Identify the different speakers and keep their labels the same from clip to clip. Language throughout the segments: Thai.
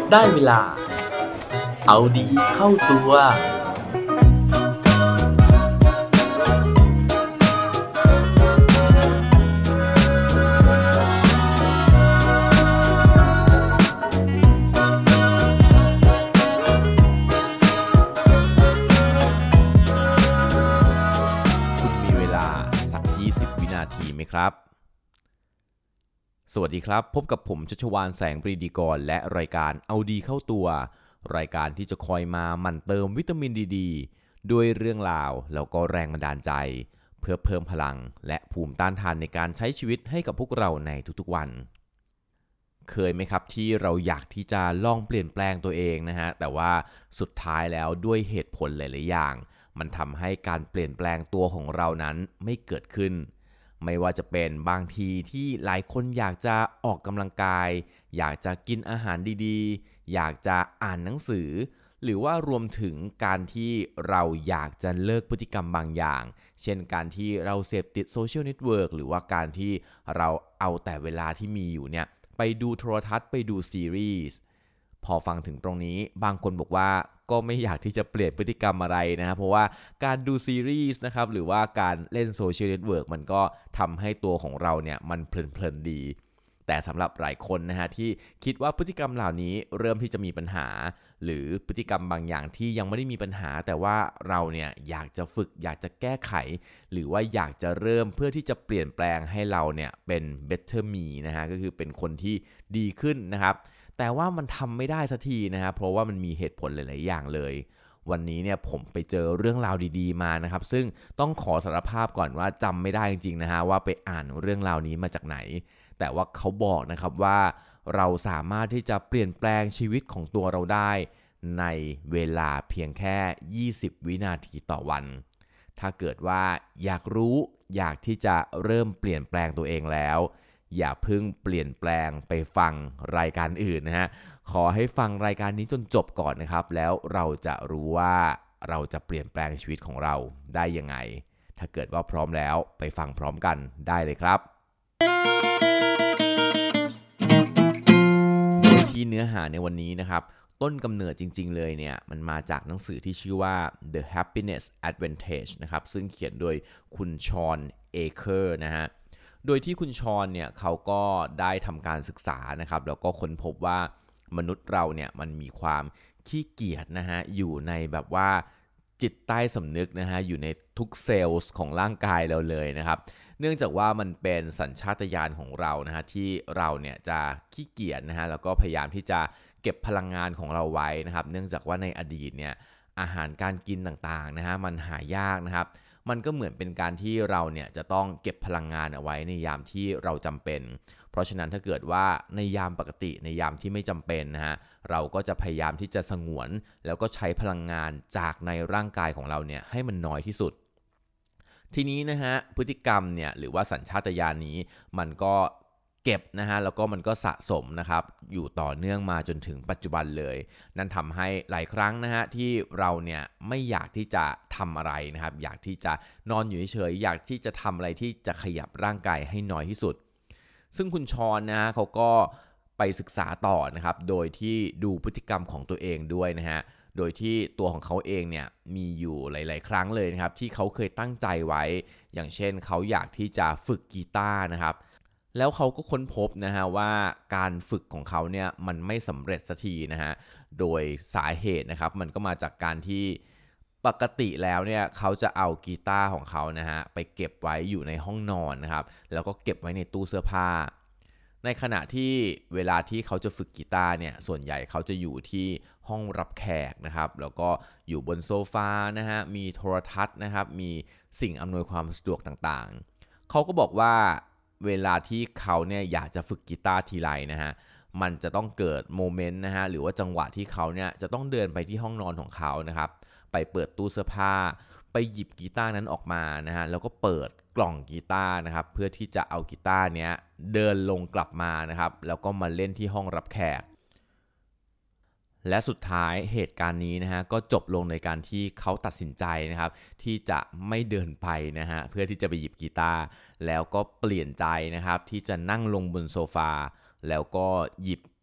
Speaker 1: ได้เวลาเอาดีเข้าตัว
Speaker 2: คุณมีเวลาสัก20 วินาทีไหมครับสวัสดีครับพบกับผมชัชวาลแสงปรีดีกรและรายการเอาดีเข้าตัวรายการที่จะคอยมาหมั่นเติมวิตามินดีด้วยเรื่องราวแล้วก็แรงบันดาลใจเพื่อเพิ่มพลังและภูมิต้านทานในการใช้ชีวิตให้กับพวกเราในทุกๆวันเคยไหมครับที่เราอยากที่จะลองเปลี่ยนแปลงตัวเองนะฮะแต่ว่าสุดท้ายแล้วด้วยเหตุผลหลายๆอย่างมันทำให้การเปลี่ยนแปลงตัวของเรานั้นไม่เกิดขึ้นไม่ว่าจะเป็นบางทีที่หลายคนอยากจะออกกำลังกายอยากจะกินอาหารดีๆอยากจะอ่านหนังสือหรือว่ารวมถึงการที่เราอยากจะเลิกพฤติกรรมบางอย่างเช่นการที่เราเสพติดโซเชียลเน็ตเวิร์กหรือว่าการที่เราเอาแต่เวลาที่มีอยู่เนี่ยไปดูโทรทัศน์ไปดูซีรีส์พอฟังถึงตรงนี้บางคนบอกว่าก็ไม่อยากที่จะเปลี่ยนพฤติกรรมอะไรนะครับเพราะว่าการดูซีรีส์นะครับหรือว่าการเล่นโซเชียลเน็ตเวิร์กมันก็ทำให้ตัวของเราเนี่ยมันเพลินๆดีแต่สำหรับหลายคนนะฮะที่คิดว่าพฤติกรรมเหล่านี้เริ่มที่จะมีปัญหาหรือพฤติกรรมบางอย่างที่ยังไม่ได้มีปัญหาแต่ว่าเราเนี่ยอยากจะฝึกอยากจะแก้ไขหรือว่าอยากจะเริ่มเพื่อที่จะเปลี่ยนแปลงให้เราเนี่ยเป็น better me นะฮะก็คือเป็นคนที่ดีขึ้นนะครับแต่ว่ามันทำไม่ได้สักทีนะครับเพราะว่ามันมีเหตุผลหลายๆอย่างเลยวันนี้เนี่ยผมไปเจอเรื่องราวดีๆมานะครับซึ่งต้องขอสารภาพก่อนว่าจำไม่ได้จริงๆนะฮะว่าไปอ่านเรื่องราวนี้มาจากไหนแต่ว่าเขาบอกนะครับว่าเราสามารถที่จะเปลี่ยนแปลงชีวิตของตัวเราได้ในเวลาเพียงแค่20 วินาทีต่อวันถ้าเกิดว่าอยากรู้อยากที่จะเริ่มเปลี่ยนแปลงตัวเองแล้วอย่าเพิ่งเปลี่ยนแปลงไปฟังรายการอื่นนะฮะขอให้ฟังรายการนี้จนจบก่อนนะครับแล้วเราจะรู้ว่าเราจะเปลี่ยนแปลงชีวิตของเราได้ยังไงถ้าเกิดว่าพร้อมแล้วไปฟังพร้อมกันได้เลยครับที่เนื้อหาในวันนี้นะครับต้นกำเนิดจริงๆเลยเนี่ยมันมาจากหนังสือที่ชื่อว่า The Happiness Advantage นะครับซึ่งเขียนโดยคุณชอนเอเคอร์นะฮะโดยที่คุณชอนเนี่ยเขาก็ได้ทำการศึกษานะครับแล้วก็ค้นพบว่ามนุษย์เราเนี่ยมันมีความขี้เกียจนะฮะอยู่ในแบบว่าจิตใต้สำนึกนะฮะอยู่ในทุกเซลล์ของร่างกายเราเลยนะครับเนื่องจากว่ามันเป็นสัญชาตญาณของเรานะฮะที่เราเนี่ยจะขี้เกียจนะฮะแล้วก็พยายามที่จะเก็บพลังงานของเราไว้นะครับเนื่องจากว่าในอดีตเนี่ยอาหารการกินต่างๆนะฮะมันหายากนะครับมันก็เหมือนเป็นการที่เราเนี่ยจะต้องเก็บพลังงานเอาไว้ในยามที่เราจำเป็นเพราะฉะนั้นถ้าเกิดว่าในยามปกติในยามที่ไม่จำเป็นนะฮะเราก็จะพยายามที่จะสงวนแล้วก็ใช้พลังงานจากในร่างกายของเราเนี่ยให้มันน้อยที่สุดทีนี้นะฮะพฤติกรรมเนี่ยหรือว่าสัญชาตญาณนี้มันก็เก็บนะฮะแล้วก็มันก็สะสมนะครับอยู่ต่อเนื่องมาจนถึงปัจจุบันเลยนั่นทำให้หลายครั้งนะฮะที่เราเนี่ยไม่อยากที่จะทำอะไรนะครับอยากที่จะนอนอยู่เฉยๆอยากที่จะทำอะไรที่จะขยับร่างกายให้น้อยที่สุดซึ่งคุณชอนนะฮะเขาก็ไปศึกษาต่อนะครับโดยที่ดูพฤติกรรมของตัวเองด้วยนะฮะโดยที่ตัวของเขาเองเนี่ยมีอยู่หลายๆครั้งเลยนะครับที่เขาเคยตั้งใจไว้อย่างเช่นเขาอยากที่จะฝึกกีตาร์นะครับแล้วเขาก็ค้นพบนะฮะว่าการฝึกของเขาเนี่ยมันไม่สำเร็จสักทีนะฮะโดยสาเหตุนะครับมันก็มาจากการที่ปกติแล้วเนี่ยเขาจะเอากีตาร์ของเขานะฮะไปเก็บไว้อยู่ในห้องนอนนะครับแล้วก็เก็บไว้ในตู้เสื้อผ้าในขณะที่เวลาที่เขาจะฝึกกีตาร์เนี่ยส่วนใหญ่เขาจะอยู่ที่ห้องรับแขกนะครับแล้วก็อยู่บนโซฟานะฮะมีโทรทัศน์นะครับมีสิ่งอำนวยความสะดวกต่างๆเขาก็บอกว่าเวลาที่เขาเนี่ยอยากจะฝึกกีตาร์ทีไรนะฮะมันจะต้องเกิดโมเมนต์นะฮะหรือว่าจังหวะที่เขาเนี่ยจะต้องเดินไปที่ห้องนอนของเขานะครับไปเปิดตู้เสื้อผ้าไปหยิบกีตาร์นั้นออกมานะฮะแล้วก็เปิดกล่องกีตาร์นะครับเพื่อที่จะเอากีตาร์เนี้ยเดินลงกลับมานะครับแล้วก็มาเล่นที่ห้องรับแขกและสุดท้ายเหตุการณ์นี้นะฮะก็จบลงในการที่เขาตัดสินใจนะครับที่จะไม่เดินไปนะฮะเพื่อที่จะไปหยิบกีตาร์แล้วก็เปลี่ยนใจนะครับที่จะนั่งลงบนโซฟาแล้วก็หยิบ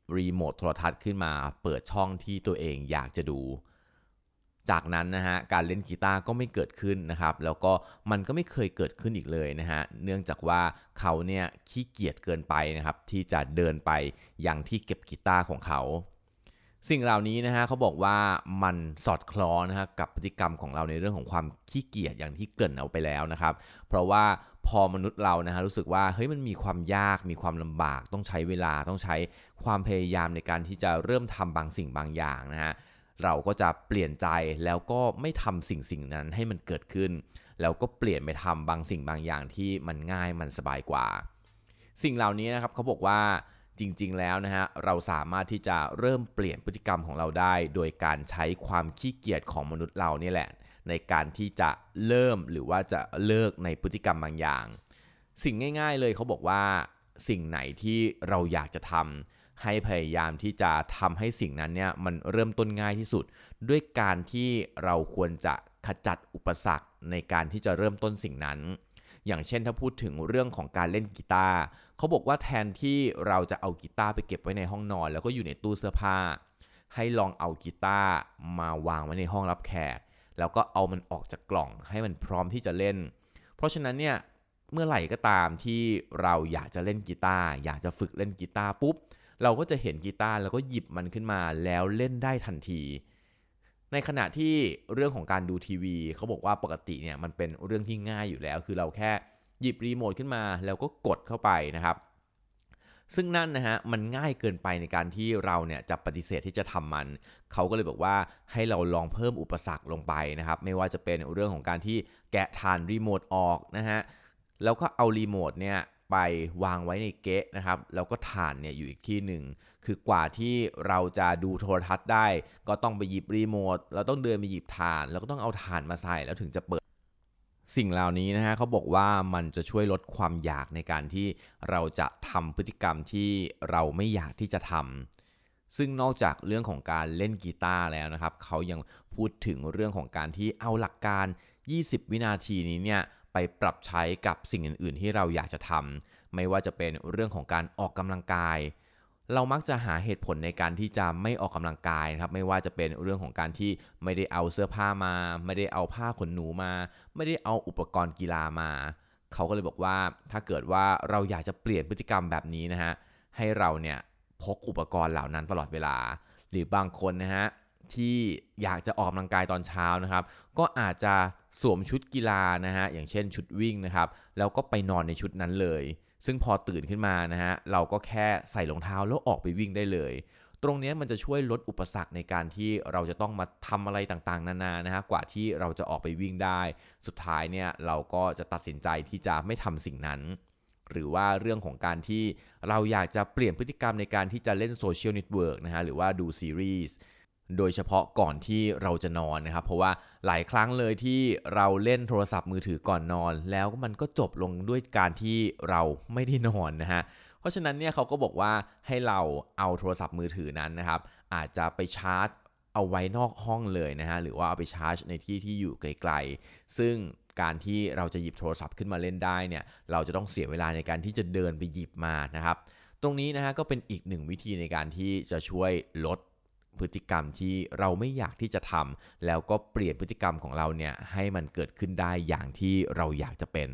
Speaker 2: รีโมทโทรทัศน์ขึ้นมาเปิดช่องที่ตัวเองอยากจะดูจากนั้นนะฮะการเล่นกีตาร์ก็ไม่เกิดขึ้นนะครับแล้วก็มันก็ไม่เคยเกิดขึ้นอีกเลยนะฮะเนื่องจากว่าเขาเนี่ยขี้เกียจเกินไปนะครับที่จะเดินไปยังที่เก็บกีตาร์ของเขาสิ่งเหล่านี้นะฮะเขาบอกว่ามันสอดคล้องนะฮะกับพฤติกรรมของเราในเรื่องของความขี้เกียจอย่างที่เกริ่นเอาไปแล้วนะครับเพราะว่าพอมนุษย์เรานะฮะรู้สึกว่าเฮ้ยมันมีความยากมีความลำบากต้องใช้เวลาต้องใช้ความพยายามในการที่จะเริ่มทำบางสิ่งบางอย่างนะฮะเราก็จะเปลี่ยนใจแล้วก็ไม่ทำสิ่งนั้นให้มันเกิดขึ้นแล้วก็เปลี่ยนไปทำบางสิ่งบางอย่างที่มันง่ายมันสบายกว่าสิ่งเหล่านี้นะครับเขาบอกว่าจริงๆแล้วนะฮะเราสามารถที่จะเริ่มเปลี่ยนพฤติกรรมของเราได้โดยการใช้ความขี้เกียจของมนุษย์เรานี่แหละในการที่จะเริ่มหรือว่าจะเลิกในพฤติกรรมบางอย่างสิ่งง่ายๆเลยเขาบอกว่าสิ่งไหนที่เราอยากจะทำให้พยายามที่จะทำให้สิ่งนั้นเนี่ยมันเริ่มต้นง่ายที่สุดด้วยการที่เราควรจะขจัดอุปสรรคในการที่จะเริ่มต้นสิ่งนั้นอย่างเช่นถ้าพูดถึงเรื่องของการเล่นกีตาร์เขาบอกว่าแทนที่เราจะเอากีตาร์ไปเก็บไว้ในห้องนอนแล้วก็อยู่ในตู้เสื้อผ้าให้ลองเอากีตาร์มาวางไว้ในห้องรับแขกแล้วก็เอามันออกจากกล่องให้มันพร้อมที่จะเล่นเพราะฉะนั้นเนี่ยเมื่อไหร่ก็ตามที่เราอยากจะเล่นกีตาร์อยากจะฝึกเล่นกีตาร์ปุ๊บเราก็จะเห็นกีตาร์แล้วก็หยิบมันขึ้นมาแล้วเล่นได้ทันทีในขณะที่เรื่องของการดูทีวีเขาบอกว่าปกติเนี่ยมันเป็นเรื่องที่ง่ายอยู่แล้วคือเราแค่หยิบรีโมทขึ้นมาแล้วก็กดเข้าไปนะครับซึ่งนั่นนะฮะมันง่ายเกินไปในการที่เราเนี่ยจะปฏิเสธที่จะทำมันเขาก็เลยบอกว่าให้เราลองเพิ่มอุปสรรคลงไปนะครับไม่ว่าจะเป็นเรื่องของการที่แกะฐานรีโมทออกนะฮะแล้วก็เอารีโมทเนี่ยไปวางไว้ในเก๊ะนะครับแล้วก็ฐานเนี่ยอยู่อีกที่หนึ่งคือกว่าที่เราจะดูโทรทัศน์ได้ก็ต้องไปหยิบรีโมทเราต้องเดินไปหยิบฐานแล้วก็ต้องเอาฐานมาใส่แล้วถึงจะเปิดสิ่งเหล่านี้นะฮะเขาบอกว่ามันจะช่วยลดความอยากในการที่เราจะทำพฤติกรรมที่เราไม่อยากที่จะทำซึ่งนอกจากเรื่องของการเล่นกีตาร์แล้วนะครับเขายังพูดถึงเรื่องของการที่เอาหลักการ20วินาทีนี้เนี่ยไปปรับใช้กับสิ่งอื่นๆที่เราอยากจะทำไม่ว่าจะเป็นเรื่องของการออกกำลังกายเรามักจะหาเหตุผลในการที่จะไม่ออกกำลังกายนะครับไม่ว่าจะเป็นเรื่องของการที่ไม่ได้เอาเสื้อผ้ามาไม่ได้เอาผ้าขนหนูมาไม่ได้เอาอุปกรณ์กีฬามาเขาก็เลยบอกว่าถ้าเกิดว่าเราอยากจะเปลี่ยนพฤติกรรมแบบนี้นะฮะให้เราเนี่ยพกอุปกรณ์เหล่านั้นตลอดเวลาหรือบางคนนะฮะที่อยากจะออกกำลังกายตอนเช้านะครับก็อาจจะสวมชุดกีฬานะฮะอย่างเช่นชุดวิ่งนะครับแล้วก็ไปนอนในชุดนั้นเลยซึ่งพอตื่นขึ้นมานะฮะเราก็แค่ใส่รองเท้าแล้วออกไปวิ่งได้เลยตรงนี้มันจะช่วยลดอุปสรรคในการที่เราจะต้องมาทำอะไรต่างๆนานานะฮะกว่าที่เราจะออกไปวิ่งได้สุดท้ายเนี่ยเราก็จะตัดสินใจที่จะไม่ทำสิ่งนั้นหรือว่าเรื่องของการที่เราอยากจะเปลี่ยนพฤติกรรมในการที่จะเล่นโซเชียลเน็ตเวิร์กนะฮะหรือว่าดูซีรีส์โดยเฉพาะก่อนที่เราจะนอนนะครับเพราะว่าหลายครั้งเลยที่เราเล่นโทรศัพท์มือถือก่อนนอนแล้วมันก็จบลงด้วยการที่เราไม่ได้นอนนะฮะเพราะฉะนั้นเนี่ยเขาก็บอกว่าให้เราเอาโทรศัพท์มือถือนั้นนะครับอาจจะไปชาร์จเอาไว้นอกห้องเลยนะฮะหรือว่าเอาไปชาร์จในที่ที่อยู่ไกลๆซึ่งการที่เราจะหยิบโทรศัพท์ขึ้นมาเล่นได้เนี่ยเราจะต้องเสียเวลาในการที่จะเดินไปหยิบมานะครับตรงนี้นะฮะก็เป็นอีกหนึ่งวิธีในการที่จะช่วยลดพฤติกรรมที่เราไม่อยากที่จะทำแล้วก็เปลี่ยนพฤติกรรมของเราเนี่ยให้มันเกิดขึ้นได้อย่างที่เราอยากจะเป็น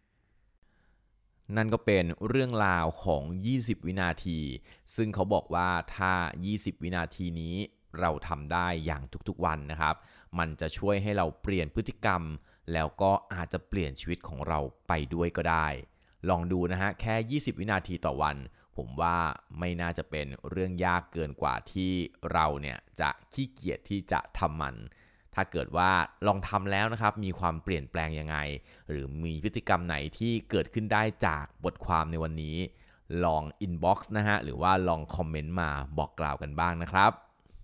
Speaker 2: นั่นก็เป็นเรื่องราวของ20วินาทีซึ่งเขาบอกว่าถ้า20วินาทีนี้เราทำได้อย่างทุกๆวันนะครับมันจะช่วยให้เราเปลี่ยนพฤติกรรมแล้วก็อาจจะเปลี่ยนชีวิตของเราไปด้วยก็ได้ลองดูนะฮะแค่20วินาทีต่อวันผมว่าไม่น่าจะเป็นเรื่องยากเกินกว่าที่เราเนี่ยจะขี้เกียจที่จะทำมันถ้าเกิดว่าลองทำแล้วนะครับมีความเปลี่ยนแปลงยังไงหรือมีพฤติกรรมไหนที่เกิดขึ้นได้จากบทความในวันนี้ลอง inbox นะฮะหรือว่าลองคอมเมนต์มาบอกกล่าวกันบ้างนะครับ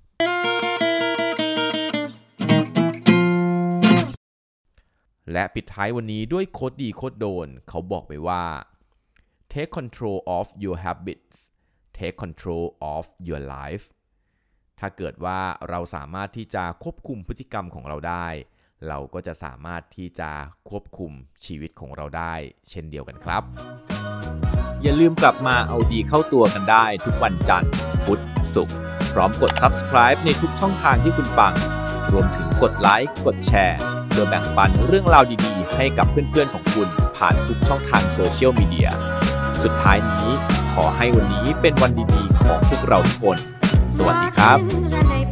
Speaker 2: และปิดท้ายวันนี้ด้วยโค้ดดีโค้ดโดนเขาบอกไปว่าTake control of your habits. Take control of your life. ถ้าเกิดว่าเราสามารถที่จะควบคุมพฤติกรรมของเราได้เราก็จะสามารถที่จะควบคุมชีวิตของเราได้เช่นเดียวกันครับ
Speaker 1: อย่าลืมกลับมาเอาดีเข้าตัวกันได้ทุกวันจันทร์พุธ
Speaker 2: สุขพร้อมกด subscribe ในทุกช่องทางที่คุณฟังรวมถึงกดไลค์กดแชร์เพื่อแบ่งปันเรื่องราวดีๆให้กับเพื่อนๆของคุณผ่านทุกช่องทางโซเชียลมีเดียสุดท้ายนี้ขอให้วันนี้เป็นวันดีๆของพวกเราทุกคนสวัสดีครับ